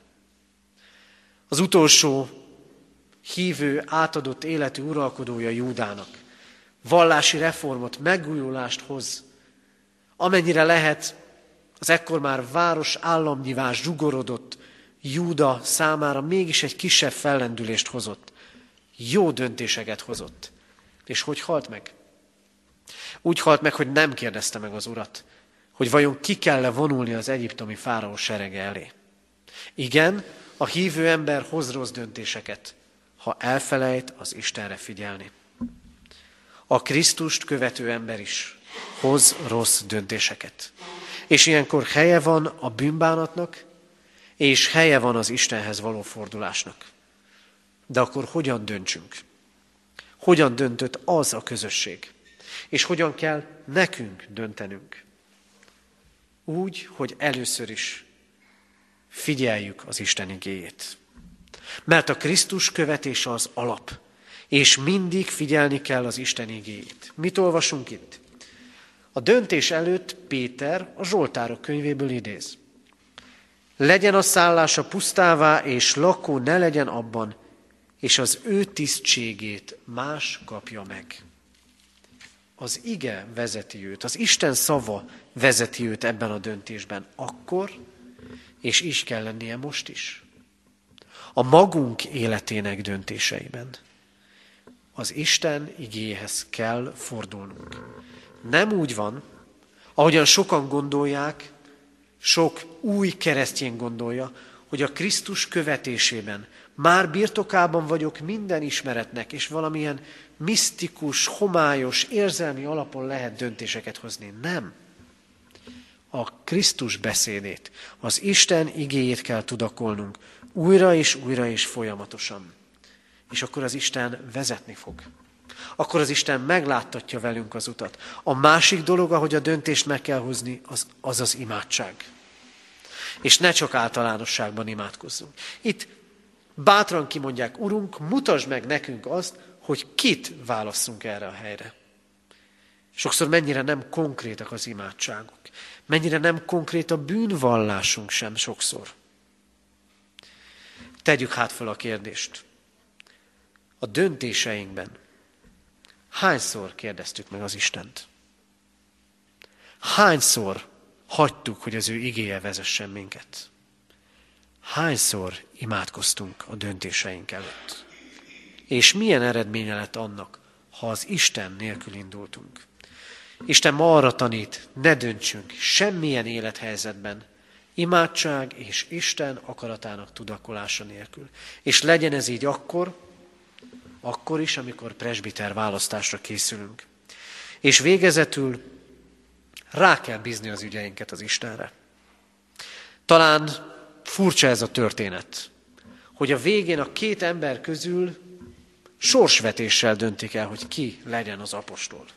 Az utolsó hívő, átadott életű uralkodója Júdának. Vallási reformot, megújulást hoz. Amennyire lehet, az ekkor már város államnyivás zsugorodott Júda számára mégis egy kisebb fellendülést hozott. Jó döntéseket hozott. És hogy halt meg? Úgy halt meg, hogy nem kérdezte meg az Urat, hogy vajon ki kell-e vonulni az egyiptomi fáraó serege elé. Igen, a hívő ember hoz rossz döntéseket, ha elfelejt az Istenre figyelni. A Krisztust követő ember is hoz rossz döntéseket. És ilyenkor helye van a bűnbánatnak, és helye van az Istenhez való fordulásnak. De akkor hogyan döntsünk? Hogyan döntött az a közösség? És hogyan kell nekünk döntenünk? Úgy, hogy először is figyeljük az Isten igéjét. Mert a Krisztus követése az alap, és mindig figyelni kell az Isten igéjét. Mit olvasunk itt? A döntés előtt Péter a Zsoltárok könyvéből idéz. Legyen a szállása pusztává, és lakó ne legyen abban, és az ő tisztségét más kapja meg. Az ige vezeti őt, az Isten szava vezeti őt ebben a döntésben akkor, és így kell lennie most is. A magunk életének döntéseiben az Isten igéhez kell fordulnunk. Nem úgy van, ahogyan sokan gondolják, sok új keresztény gondolja, hogy a Krisztus követésében már birtokában vagyok minden ismeretnek, és valamilyen misztikus, homályos, érzelmi alapon lehet döntéseket hozni. Nem. A Krisztus beszédét, az Isten igéjét kell tudakolnunk újra és újra és folyamatosan. És akkor az Isten vezetni fog. Akkor az Isten megláttatja velünk az utat. A másik dolog, ahogy a döntést meg kell hozni, az az, az imádság. És ne csak általánosságban imádkozzunk. Itt bátran kimondják, Urunk, mutasd meg nekünk azt, hogy kit válasszunk erre a helyre. Sokszor mennyire nem konkrétak az imádságok. Mennyire nem konkrét a bűnvallásunk sem sokszor. Tegyük hát fel a kérdést. A döntéseinkben hányszor kérdeztük meg az Istent? Hányszor hagytuk, hogy az ő igéje vezessen minket? Hányszor imádkoztunk a döntéseink előtt? És milyen eredménye lett annak, ha az Isten nélkül indultunk? Isten ma arra tanít, ne döntsünk semmilyen élethelyzetben, imádság és Isten akaratának tudakolása nélkül. És legyen ez így akkor, akkor is, amikor presbiter választásra készülünk. És végezetül rá kell bízni az ügyeinket az Istenre. Talán furcsa ez a történet, hogy a végén a két ember közül sorsvetéssel döntik el, hogy ki legyen az apostol.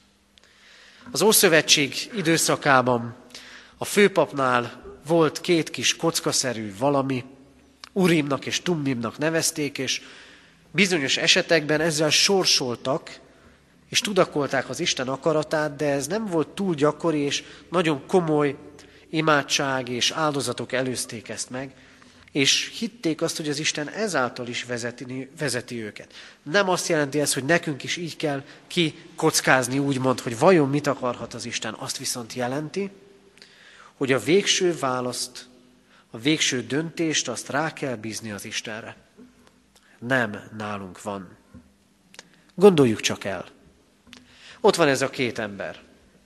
Az Ószövetség időszakában a főpapnál volt két kis kockaszerű valami, Urimnak és Tummimnak nevezték, és bizonyos esetekben ezzel sorsoltak, és tudakolták az Isten akaratát, de ez nem volt túl gyakori, és nagyon komoly imádság és áldozatok előzték ezt meg, és hitték azt, hogy az Isten ezáltal is vezeti, vezeti őket. Nem azt jelenti ez, hogy nekünk is így kell kikockázni, úgymond, hogy vajon mit akarhat az Isten. Azt viszont jelenti, hogy a végső választ, a végső döntést azt rá kell bízni az Istenre. Nem nálunk van. Gondoljuk csak el. Ott van ez a két ember.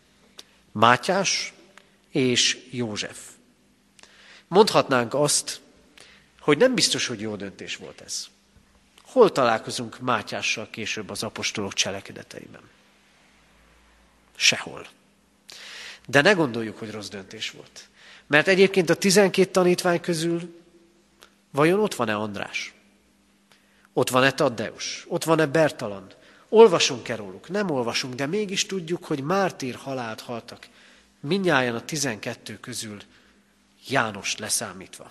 Mátyás és József. Mondhatnánk azt, hogy nem biztos, hogy jó döntés volt ez. Hol találkozunk Mátyással később az apostolok cselekedeteiben? Sehol. De ne gondoljuk, hogy rossz döntés volt. Mert egyébként a tizenkét tanítvány közül vajon ott van-e András? Ott van-e Taddeus? Ott van-e Bertalan? Olvasunk-e róluk? Nem olvasunk, de mégis tudjuk, hogy mártír halált haltak. Mindnyájan a tizenkettő közül János leszámítva.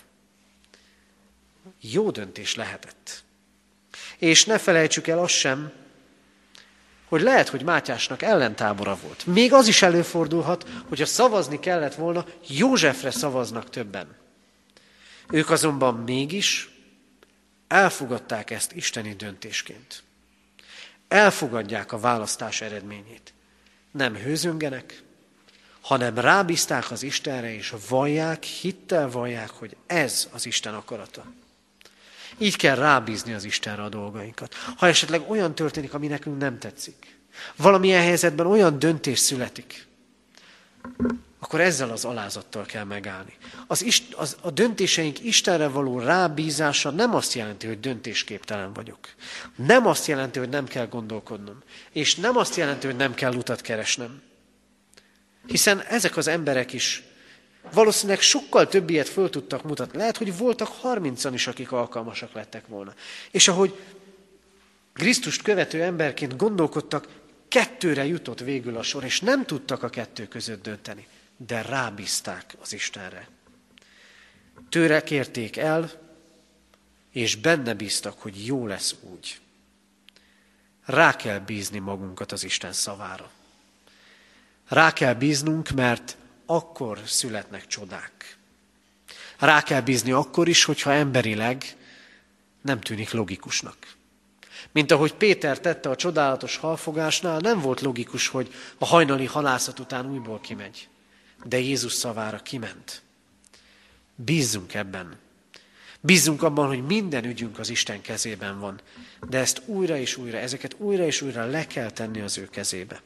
Jó döntés lehetett. És ne felejtsük el azt sem, hogy lehet, hogy Mátyásnak ellentábora volt. Még az is előfordulhat, hogy ha szavazni kellett volna, Józsefre szavaznak többen. Ők azonban mégis elfogadták ezt isteni döntésként. Elfogadják a választás eredményét. Nem hőzöngenek, hanem rábízták az Istenre, és vallják, hittel vallják, hogy ez az Isten akarata. Így kell rábízni az Istenre a dolgainkat. Ha esetleg olyan történik, ami nekünk nem tetszik, valamilyen helyzetben olyan döntés születik, akkor ezzel az alázattal kell megállni. Az, Ist- az, a döntéseink Istenre való rábízása nem azt jelenti, hogy döntésképtelen vagyok. Nem azt jelenti, hogy nem kell gondolkodnom. És nem azt jelenti, hogy nem kell utat keresnem. Hiszen ezek az emberek is valószínűleg sokkal több ilyet föl tudtak mutatni. Lehet, hogy voltak harmincan is, akik alkalmasak lettek volna. És ahogy Krisztust követő emberként gondolkodtak, kettőre jutott végül a sor, és nem tudtak a kettő között dönteni, de rábízták az Istenre. Tőle kérték el, és benne bíztak, hogy jó lesz úgy. Rá kell bízni magunkat az Isten szavára. Rá kell bíznunk, mert akkor születnek csodák. Rá kell bízni akkor is, hogyha emberileg nem tűnik logikusnak. Mint ahogy Péter tette a csodálatos halfogásnál, nem volt logikus, hogy a hajnali halászat után újból kimegy. De Jézus szavára kiment. Bízzunk ebben. Bízzunk abban, hogy minden ügyünk az Isten kezében van. De ezt újra és újra, ezeket újra és újra le kell tenni az ő kezébe.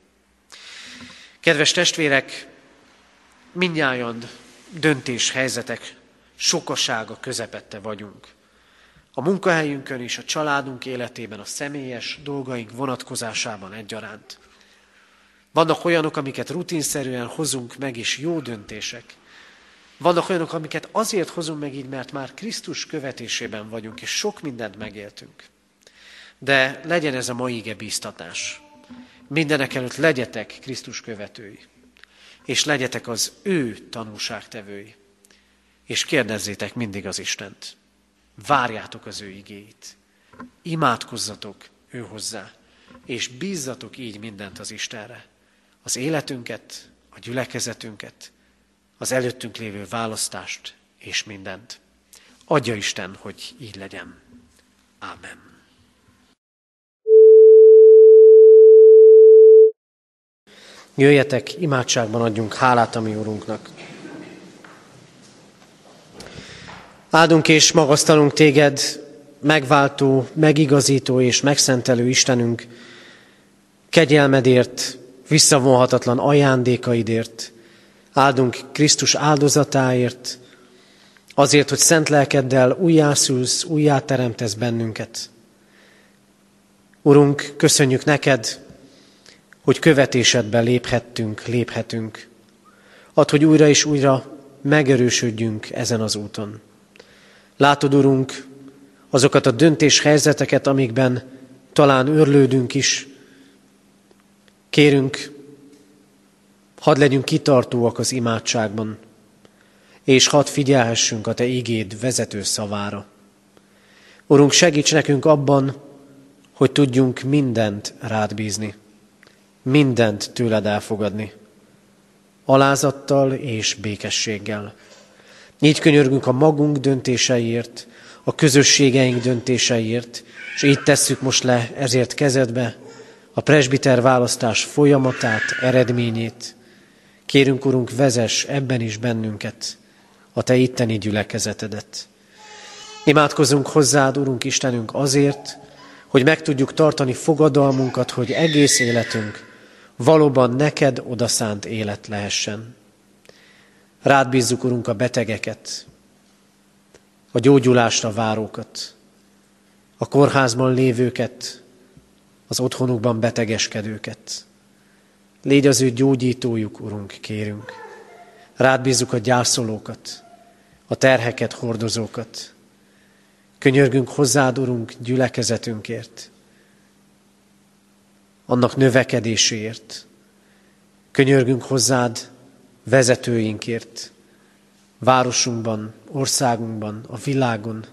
Kedves testvérek, mindnyájan döntéshelyzetek sokasága közepette vagyunk. A munkahelyünkön is, a családunk életében, a személyes dolgaink vonatkozásában egyaránt. Vannak olyanok, amiket rutinszerűen hozunk meg, és jó döntések. Vannak olyanok, amiket azért hozunk meg így, mert már Krisztus követésében vagyunk, és sok mindent megéltünk. De legyen ez a mai ige bíztatás. Mindenek előtt legyetek Krisztus követői, és legyetek az ő tanúságtevői, és kérdezzétek mindig az Istent. Várjátok az ő igéit, imádkozzatok ő hozzá, és bízzatok így mindent az Istenre. Az életünket, a gyülekezetünket, az előttünk lévő választást és mindent. Adja Isten, hogy így legyen. Ámen. Jöjjetek, imádságban adjunk hálát a mi Urunknak. Áldunk és magasztalunk téged, megváltó, megigazító és megszentelő Istenünk, kegyelmedért, visszavonhatatlan ajándékaidért, áldunk Krisztus áldozatáért, azért, hogy szent lelkeddel újjászülsz, újjáteremtesz bennünket. Urunk, köszönjük neked, hogy követésedben léphettünk, léphetünk. Add, hogy újra és újra megerősödjünk ezen az úton. Látod, Urunk, azokat a döntéshelyzeteket, amikben talán őrlődünk is. Kérünk, hadd legyünk kitartóak az imádságban, és hadd figyelhessünk a te igéd vezető szavára. Urunk, segíts nekünk abban, hogy tudjunk mindent rád bízni, mindent tőled elfogadni, alázattal és békességgel. Így könyörgünk a magunk döntéseiért, a közösségeink döntéseiért, és így tesszük most le ezért kezedbe a presbiter választás folyamatát, eredményét. Kérünk, Urunk, vezess ebben is bennünket, a te itteni gyülekezetedet. Imádkozunk hozzád, Urunk Istenünk, azért, hogy meg tudjuk tartani fogadalmunkat, hogy egész életünk valóban neked odaszánt élet lehessen. Rád bízzuk, Urunk, a betegeket, a gyógyulásra várókat, a kórházban lévőket, az otthonukban betegeskedőket. Légy az ő gyógyítójuk, Urunk, kérünk. Rád bízzuk a gyászolókat, a terheket hordozókat. Könyörgünk hozzád, Urunk, gyülekezetünkért, annak növekedéséért. Könyörgünk hozzád vezetőinkért, városunkban, országunkban, a világon.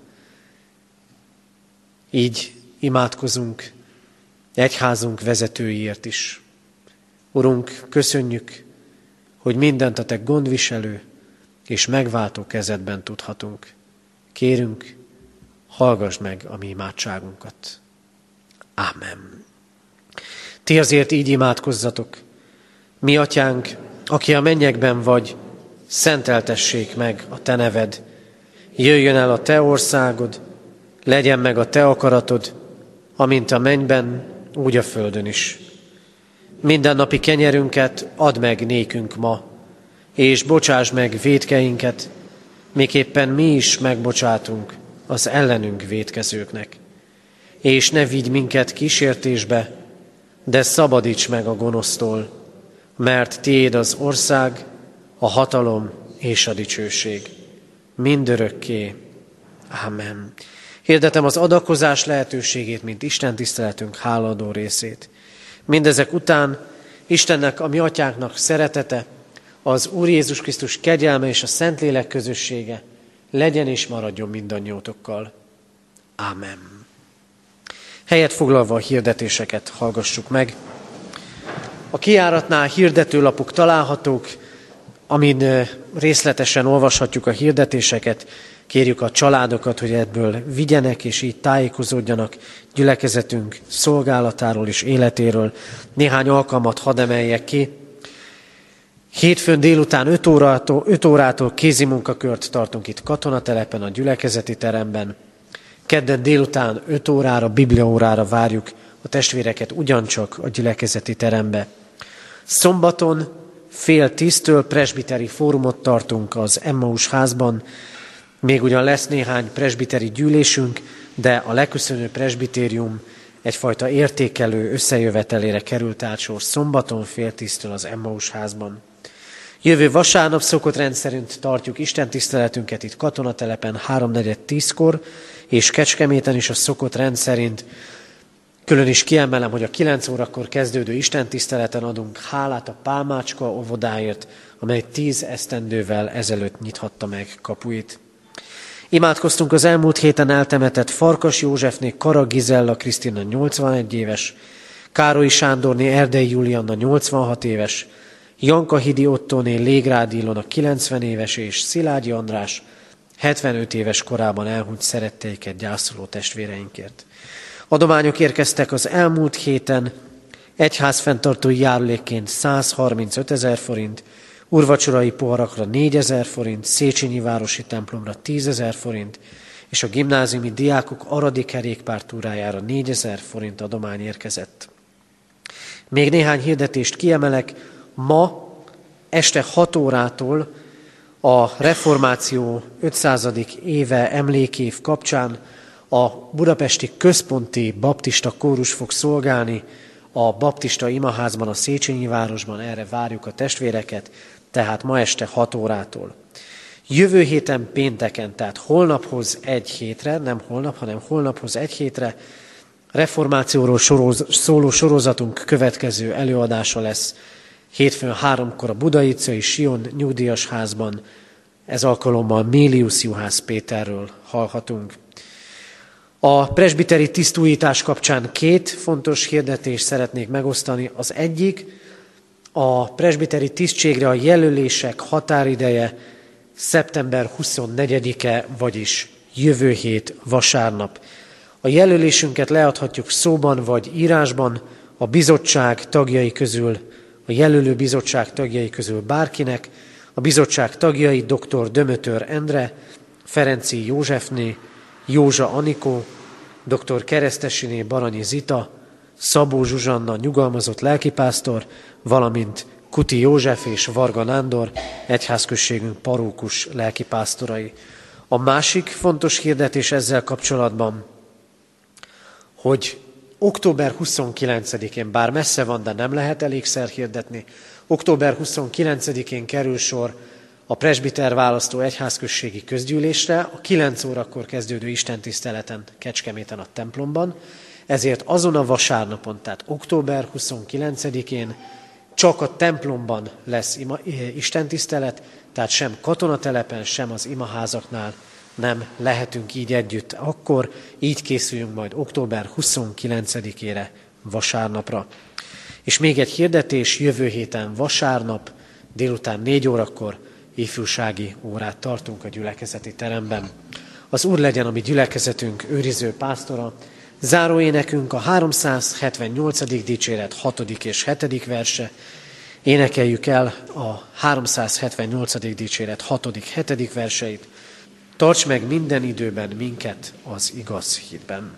Így imádkozunk egyházunk vezetőiért is. Urunk, köszönjük, hogy mindent a te gondviselő és megváltó kezedben tudhatunk. Kérünk, hallgass meg a mi imádságunkat. Ámen. Ti azért így imádkozzatok. Mi atyánk, aki a mennyekben vagy, szenteltessék meg a te neved. Jöjjön el a te országod, legyen meg a te akaratod, amint a mennyben, úgy a földön is. Mindennapi kenyerünket add meg nékünk ma, és bocsáss meg vétkeinket, miképpen mi is megbocsátunk az ellenünk vétkezőknek. És ne vigy minket kísértésbe, de szabadíts meg a gonosztól, mert tiéd az ország, a hatalom és a dicsőség. Mindörökké. Ámen. Hirdetem az adakozás lehetőségét, mint Isten tiszteletünk hálaadó részét. Mindezek után Istennek, a mi atyánknak szeretete, az Úr Jézus Krisztus kegyelme és a Szentlélek közössége legyen és maradjon mindannyiótokkal. Ámen. Helyet foglalva a hirdetéseket hallgassuk meg. A kijáratnál hirdetőlapok találhatók, amin részletesen olvashatjuk a hirdetéseket. Kérjük a családokat, hogy ebből vigyenek, és így tájékozódjanak gyülekezetünk szolgálatáról és életéről. Néhány alkalmat hadd emeljek ki. Hétfőn délután öt órától, öt órától kézimunkakört tartunk itt katonatelepen, a gyülekezeti teremben. Kedden délután öt órára, bibliaórára várjuk a testvéreket ugyancsak a gyülekezeti terembe. Szombaton fél tíztől presbiteri fórumot tartunk az Emmaus házban. Még ugyan lesz néhány presbiteri gyűlésünk, de a leköszönő presbitérium egyfajta értékelő összejövetelére került át sor szombaton fél tíztől az Emmaus házban. Jövő vasárnap szokott rendszerint tartjuk istentiszteletünket itt Katonatelepen háromnegyed tízkor, és Kecskeméten is a szokott rendszerint. Külön is kiemelem, hogy a kilenc órakor kezdődő istentiszteleten adunk hálát a Pálmácska óvodáért, amely tíz esztendővel ezelőtt nyithatta meg kapuit. Imádkoztunk az elmúlt héten eltemetett Farkas Józsefné Kara Gizella Krisztina nyolcvanegy éves, Károlyi Sándorné Erdei Julianna nyolcvanhat éves, Janka Hidi Ottóné Légrád Ilona kilencven éves és Szilágyi András hetvenöt éves korában elhunyt szeretteiket gyászoló testvéreinkért. Adományok érkeztek az elmúlt héten, egyházfenntartói járulékként százharmincöt ezer forint, urvacsorai poharakra négyezer forint, Széchenyi városi templomra tízezer forint, és a gimnáziumi diákok aradi kerékpártúrájára négyezer forint adomány érkezett. Még néhány hirdetést kiemelek. Ma este hat órától a reformáció ötszázadik éve emlékév kapcsán a budapesti központi baptista kórus fog szolgálni a baptista imaházban, a Széchenyi városban. Erre várjuk a testvéreket, tehát ma este hat órától. Jövő héten pénteken, tehát holnaphoz egy hétre, nem holnap, hanem holnaphoz egy hétre reformációról soroz, szóló sorozatunk következő előadása lesz. Hétfőn háromkor a Budai utcai Sion nyugdíjas házban, ez alkalommal Mélius Juhász Péterről hallhatunk. A presbiteri tisztújítás kapcsán két fontos hirdetést szeretnék megosztani. Az egyik, a presbiteri tisztségre a jelölések határideje szeptember huszonnegyedike, vagyis jövő hét vasárnap. A jelölésünket leadhatjuk szóban vagy írásban a bizottság tagjai közül, a jelölő bizottság tagjai közül bárkinek. A bizottság tagjai dr. Dömötör Endre, Ferenci Józsefné, Józsa Anikó, dr. Keresztesiné Baranyi Zita, Szabó Zsuzsanna nyugalmazott lelkipásztor, valamint Kuti József és Varga Nándor, egyházközségünk parókus lelkipásztorai. A másik fontos hirdetés ezzel kapcsolatban, hogy október huszonkilencedikén, bár messze van, de nem lehet elégszer hirdetni, október huszonkilencedikén kerül sor a presbiter választó egyházközségi közgyűlésre, a kilenc órakor kezdődő istentiszteleten Kecskeméten a templomban, ezért azon a vasárnapon, tehát október huszonkilencedikén csak a templomban lesz ima, istentisztelet, tehát sem Katonatelepen, sem az imaházaknál nem lehetünk így együtt. Akkor így készüljünk majd október huszonkilencedikére vasárnapra. És még egy hirdetés, jövő héten vasárnap délután négy órakor ifjúsági órát tartunk a gyülekezeti teremben. Az Úr legyen a mi gyülekezetünk őriző pásztora. Záróénekünk a háromszázhetvennyolcadik dicséret hatodik és hetedik verse. Énekeljük el a háromszázhetvennyolcadik dicséret hatodik hetedik verseit. Tarts meg minden időben minket az igaz hitben.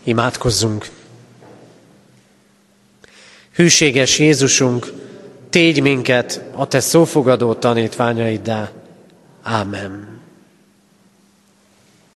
Imádkozzunk! Hűséges Jézusunk, tégy minket a Te szófogadó tanítványaiddá. Ámen.